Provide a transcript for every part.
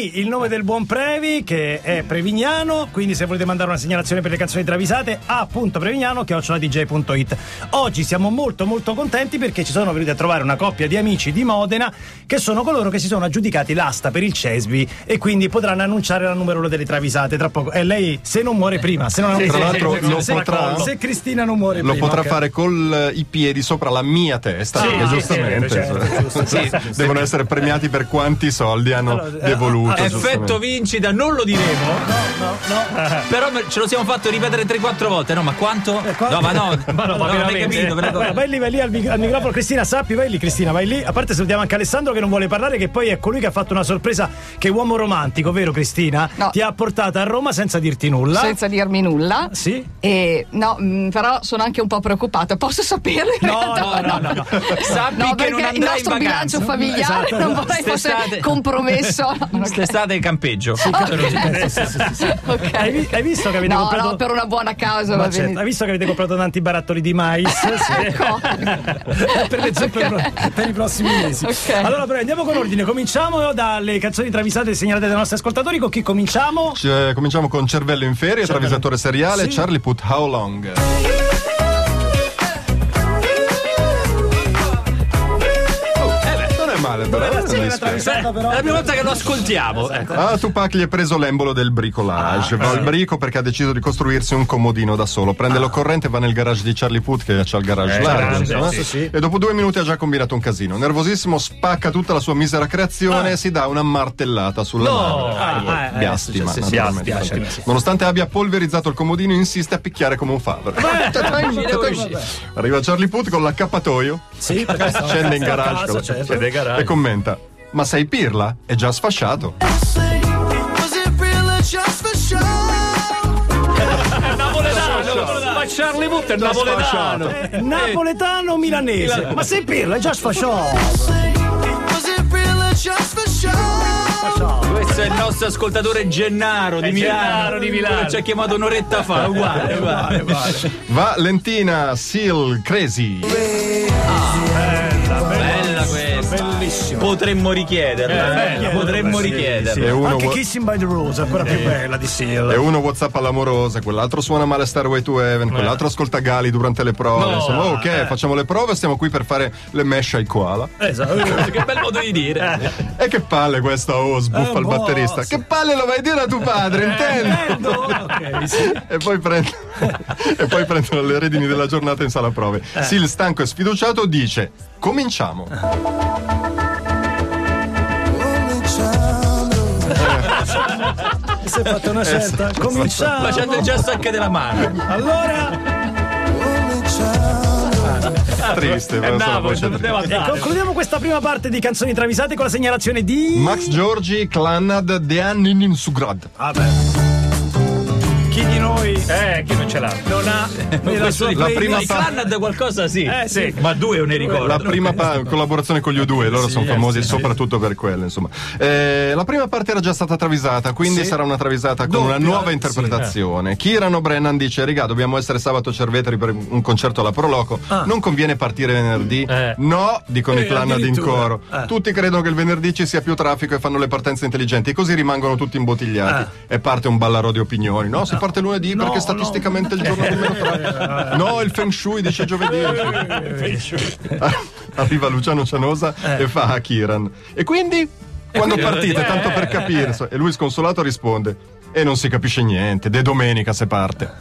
P, il nome del buon Previ, che è Prevignano, quindi se volete mandare una segnalazione per le canzoni travisate, a.prevignano@dj.it. Oggi siamo molto molto contenti perché ci sono venuti a trovare una coppia di amici di Modena che sono coloro che si sono aggiudicati l'asta per il CESBI e quindi potranno annunciare la numero 1 delle travisate tra poco. E lei, se non muore prima, se non tra l'altro se Cristina non muore prima, lo potrà fare con i piedi sopra la mia testa, perché giustamente certo. devono essere premiati per quanti soldi hanno devoluto. Effetto vincita, non lo diremo. No. Però ce lo siamo fatto ripetere 3-4 volte. No, ma quanto? No, ma no, non hai capito. Vai lì al microfono, Cristina, vai lì, Cristina, vai lì. A parte salutiamo anche Alessandro che non vuole parlare, che poi è colui che ha fatto una sorpresa, che è uomo romantico, vero Cristina? No. Ti ha portato a Roma senza dirti nulla. Senza dirmi nulla. Sì. E no, però sono anche un po' preoccupata. Posso saperlo? No. Sappi che non andrai il nostro in vacanza. bilancio familiare non vorrei fosse compromesso. Quest'estate in campeggio. Okay. Hai visto che avete comprato? No, per una buona causa va bene. Hai visto che avete comprato tanti barattoli di mais? Ecco. per i prossimi mesi. Okay. Allora, però andiamo con ordine. Cominciamo dalle canzoni travisate segnalate dai nostri ascoltatori. Con chi cominciamo? Cominciamo con Cervello in ferie, travisatore seriale, sì. Charlie Puth How Long. Male, però. È la prima volta che lo ascoltiamo. A Tupac gli è preso l'embolo del bricolage. Va al brico perché ha deciso di costruirsi un comodino da solo. Prende l'occorrente e va nel garage di Charlie Puth, che c'ha il garage largo. sì. E dopo 2 minuti ha già combinato un casino. Nervosissimo, spacca tutta la sua misera creazione e si dà una martellata sulla mano. Biastima, naturalmente. Nonostante abbia polverizzato il comodino, insiste a picchiare come un fabbro. Arriva Charlie Puth con l'accappatoio. Sì, scende in garage. E commenta: ma sei pirla? È già sfasciato. Ma Charlie Puth è napoletano. Napoletano milanese. Ma sei pirla? È già sfasciato. Questo è il nostro ascoltatore Gennaro di Milano. Ci ha chiamato un'oretta fa. Uguale. Valentina Seal Crazy. Bella questa. Bellissima. Potremmo richiederla. E uno Anche Kissing by the Rose, ancora più bella di Seal. E uno WhatsApp all'amorosa, quell'altro suona male Stairway to Heaven, quell'altro ascolta Gali durante le prove. Insomma, ok, facciamo le prove, stiamo qui per fare le mesh ai koala. Esatto. Che bel modo di dire. E che palle questa sbuffa il batterista. Che palle lo vai a dire a tuo padre, intendo? Okay, sì. E poi prendono le redini della giornata in sala prove. Sil, stanco e sfiduciato, dice: cominciamo. Si è fatta una scelta. Cominciamo. Facendo il gesto anche della mano. Allora, Triste, È Napoli, concludiamo questa prima parte di canzoni travisate con la segnalazione di Max Giorgi, Clannad, Deannin Sugrad. chi di noi Chi non ce l'ha? non ha nella sua la prima Il Clannad qualcosa sì. sì. Ma 2 non ne ricordo. La prima collaborazione con gli U2, loro sono famosi soprattutto per quello, insomma. La prima parte era già stata travisata, quindi sarà una travisata con una nuova interpretazione. Kieran O'Brien dice: "Riga, dobbiamo essere sabato Cerveteri per un concerto alla Pro Loco. Non conviene partire venerdì?" No, dicono i Clannad in coro. Tutti credono che il venerdì ci sia più traffico e fanno le partenze intelligenti, così rimangono tutti imbottigliati. E parte un ballarò di opinioni. No, si parte lunedì perché statisticamente il giorno di meno traffico. No, il Feng Shui dice giovedì. Arriva Luciano Cianosa e fa a Kieran: "E quindi? Quando partite? Tanto per capire." E lui sconsolato risponde: "E non si capisce niente, de domenica se parte."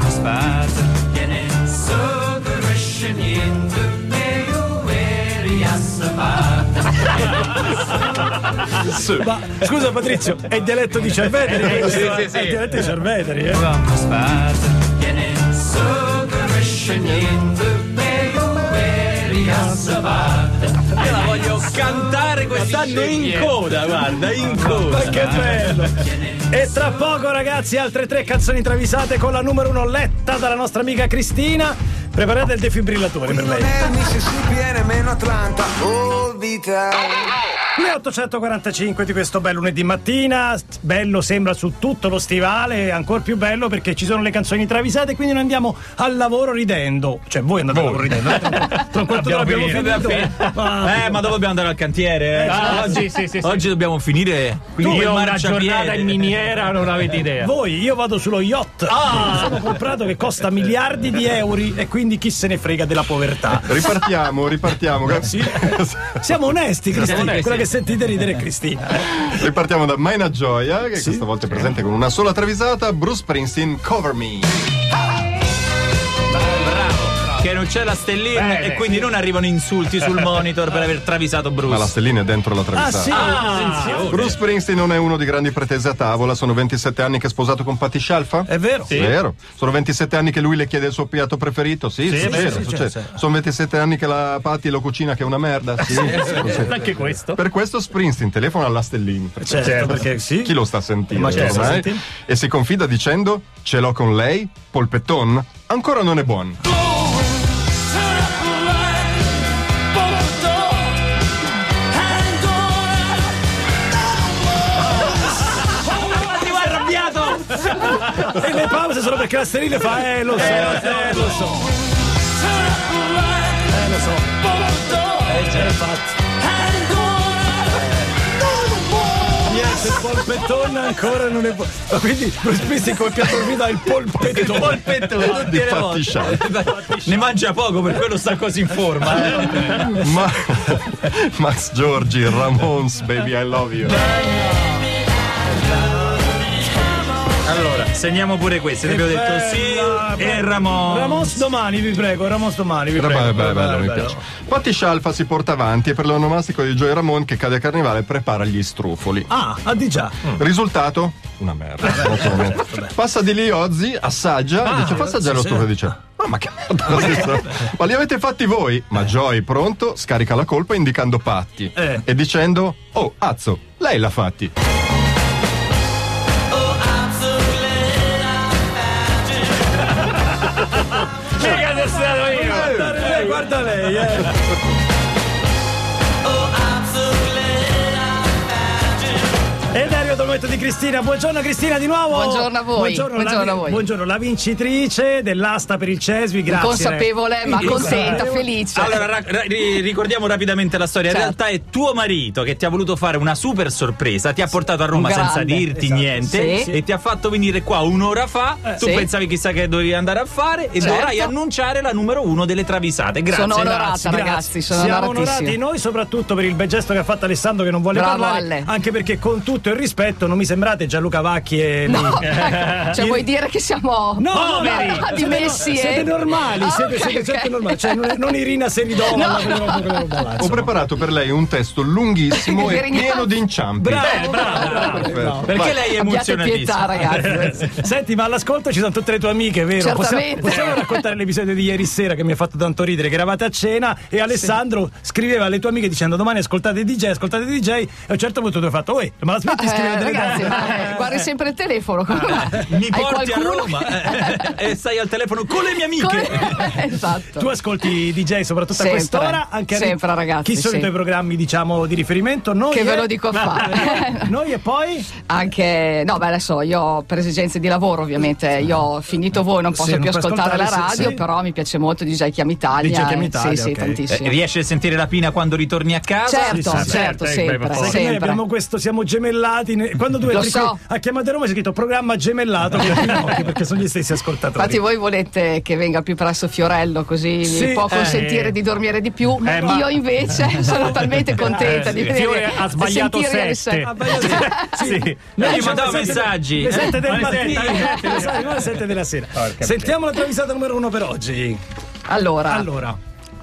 Ma scusa Patrizio, è il dialetto di Cerveteri? Sì. È il dialetto di Cerveteri, Io la voglio cantare quest'anno in coda, guarda, in coda. Ma che bello! E tra poco, ragazzi, altre 3 canzoni travisate con la numero 1 letta dalla nostra amica Cristina. Preparate il defibrillatore per lei. Non è Mississippi, è nemmeno Atlanta. Oh, vita. Le 8:45 di questo bel lunedì mattina, bello sembra su tutto lo stivale, ancora più bello perché ci sono le canzoni travisate, quindi noi andiamo al lavoro ridendo, cioè voi andate al lavoro ridendo, tra un quarto d'ora abbiamo finito. Ma dopo dobbiamo andare al cantiere. Oggi dobbiamo finire. Quindi io ho una giornata in miniera, non avete idea. Voi, io vado sullo yacht, mi sono comprato che costa miliardi di euro e quindi chi se ne frega della povertà. Ripartiamo. Sì. Siamo onesti, Cristina, quella che sentite ridere è Cristina. Ripartiamo da Maina Gioia, che questa volta è presente con una sola travisata, Bruce Springsteen, Cover Me. Che non c'è la stellina e quindi non arrivano insulti sul monitor per aver travisato Bruce. Ma la stellina è dentro la travisata. Bruce Springsteen non è uno di grandi pretese a tavola. Sono 27 anni che è sposato con Patti Scialfa. È vero. Sì. Vero. Sono 27 anni che lui le chiede il suo piatto preferito. Sì, è vero. Sono 27 anni che la Patti lo cucina che è una merda. Sì. Anche questo. Per questo Springsteen telefona alla stellina. Certo, perché sì. Chi lo sta sentendo? Senti? E si confida dicendo: ce l'ho con lei, polpetton, ancora non è buon. E le pause sono perché la stellina fa lo so. Infatti. Niente, il polpettone ancora non è buono. Quindi Bruce Springsteen come piatto dormito ha il polpettone. Il polpettone tutte le volte. Ne mangia poco, per quello sta così in forma. Max Giorgi, Ramones, Baby I Love You. Allora, segniamo pure queste. Abbiamo detto sì e Ramones domani, vi prego. Bello, mi piace. Patti Scialfa si porta avanti e per l'onomastico di Joey Ramone che cade a carnevale prepara gli strufoli. Di già. Risultato? Una merda. Passa di lì Ozzy, assaggia e dice: fa assaggiare lo strufolo e dice: ma che merda, ma li avete fatti voi? Ma Joey, pronto, scarica la colpa indicando Patti e dicendo: oh, azzo, lei l'ha fatti. Guarda lei, Ed è arrivato il momento di Cristina. Buongiorno Cristina di nuovo. Buongiorno a voi. Buongiorno a voi. Buongiorno, la vincitrice dell'asta per il CESVI. Grazie. Consapevole, ma contenta, felice. Allora, ricordiamo rapidamente la storia. Certo. In realtà è tuo marito che ti ha voluto fare una super sorpresa. Ti ha portato a Roma senza dirti niente e ti ha fatto venire qua un'ora fa. Tu pensavi chissà che dovevi andare a fare e dovrai annunciare la numero 1 delle travisate. Grazie. Sono onorata, ragazzi. Siamo onorati noi, soprattutto per il bel gesto che ha fatto Alessandro, che non vuole parlare. Anche perché, con tutto il rispetto, non mi sembrate Gianluca Vacchi e cioè vuoi dire che siamo dimessi? Siete normali, siete normali, cioè non Irina Seridova. Ho preparato per lei un testo lunghissimo e pieno di inciampi. Bravo. Perché lei è emozionatissima. Ragazzi. Senti, ma all'ascolto ci sono tutte le tue amiche, vero? Certamente. Possiamo raccontare l'episodio di ieri sera che mi ha fatto tanto ridere, che eravate a cena e Alessandro scriveva alle tue amiche dicendo: domani ascoltate DJ, e a un certo punto tu hai fatto: ma la smetti di scrivere delle ragazzi, guardi sempre il telefono. Mi porti a Roma e stai al telefono con le mie amiche. Esatto. Tu ascolti DJ soprattutto a quest'ora? Anche sempre, ragazzi. Chi sono i tuoi programmi, diciamo, di riferimento? Noi che ve lo dico a fare. Noi e poi? Anche adesso io per esigenze di lavoro, ovviamente, io ho finito voi, non posso più ascoltare la radio, però mi piace molto DJ Chiam Italia. Sì, tantissimo. Riesci a sentire la Pina quando ritorni a casa? Certo, sempre. Noi abbiamo questo, siamo gemellati. Quando tu entri a Chiamate Roma c'è scritto programma gemellato perché sono gli stessi ascoltatori. Infatti voi volete che venga più presto Fiorello, così mi può consentire di dormire di più. Io invece sono talmente contenta di vedere. Fiore ha sbagliato 7. Noi gli mandiamo messaggi. Le 7 del mattino, le 7 della sera. Sentiamo la travisata numero 1 per oggi. Allora.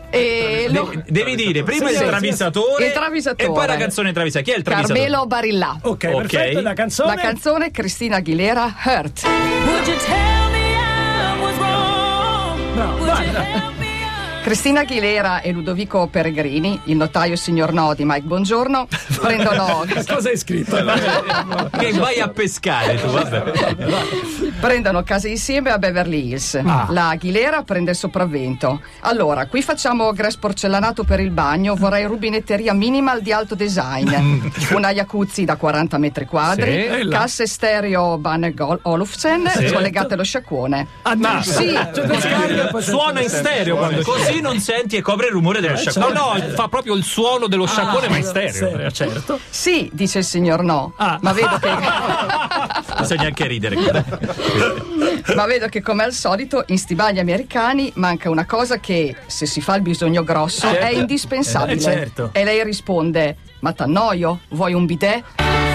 Devi dire prima il travisatore e poi la canzone travisata. Chi è il travisatore? Carmelo Barilla. Ok, perfetto. La canzone Cristina Aguilera, Hurt. Would you tell me I was wrong? Bravo, vai. Cristina Aguilera e Ludovico Peregrini, il notaio signor No di Mike Bongiorno, prendono. Cosa hai scritto? Che vai a pescare tu, vabbè. Prendono casa insieme a Beverly Hills. La Aguilera prende il sopravvento. Allora, qui facciamo grass porcellanato per il bagno, vorrei rubinetteria minimal di alto design, una jacuzzi da 40 metri quadri, casse stereo Bang & Olufsen collegate allo sciacquone. Suona in stereo quando così non senti e copre il rumore dello sciacquone. No, fa proprio il suono dello sciacquone, ma in stereo. Certo. Sì, dice il signor No, ma vedo che bisogna anche ridere. Ma vedo che come al solito in sti bagni americani manca una cosa che, se si fa il bisogno grosso, è indispensabile. Certo. E lei risponde: ma t'annoio? Vuoi un bidet?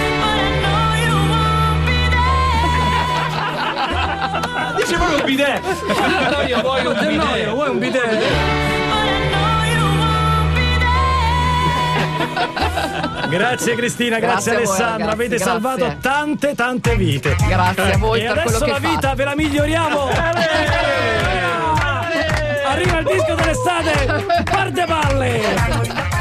Dice proprio un bidet. Vuoi un bidet? Grazie Cristina, grazie Alessandra, avete salvato tante vite. Grazie a voi e per adesso quello che la vita ve la miglioriamo. Arriva il disco dell'estate, parte palle.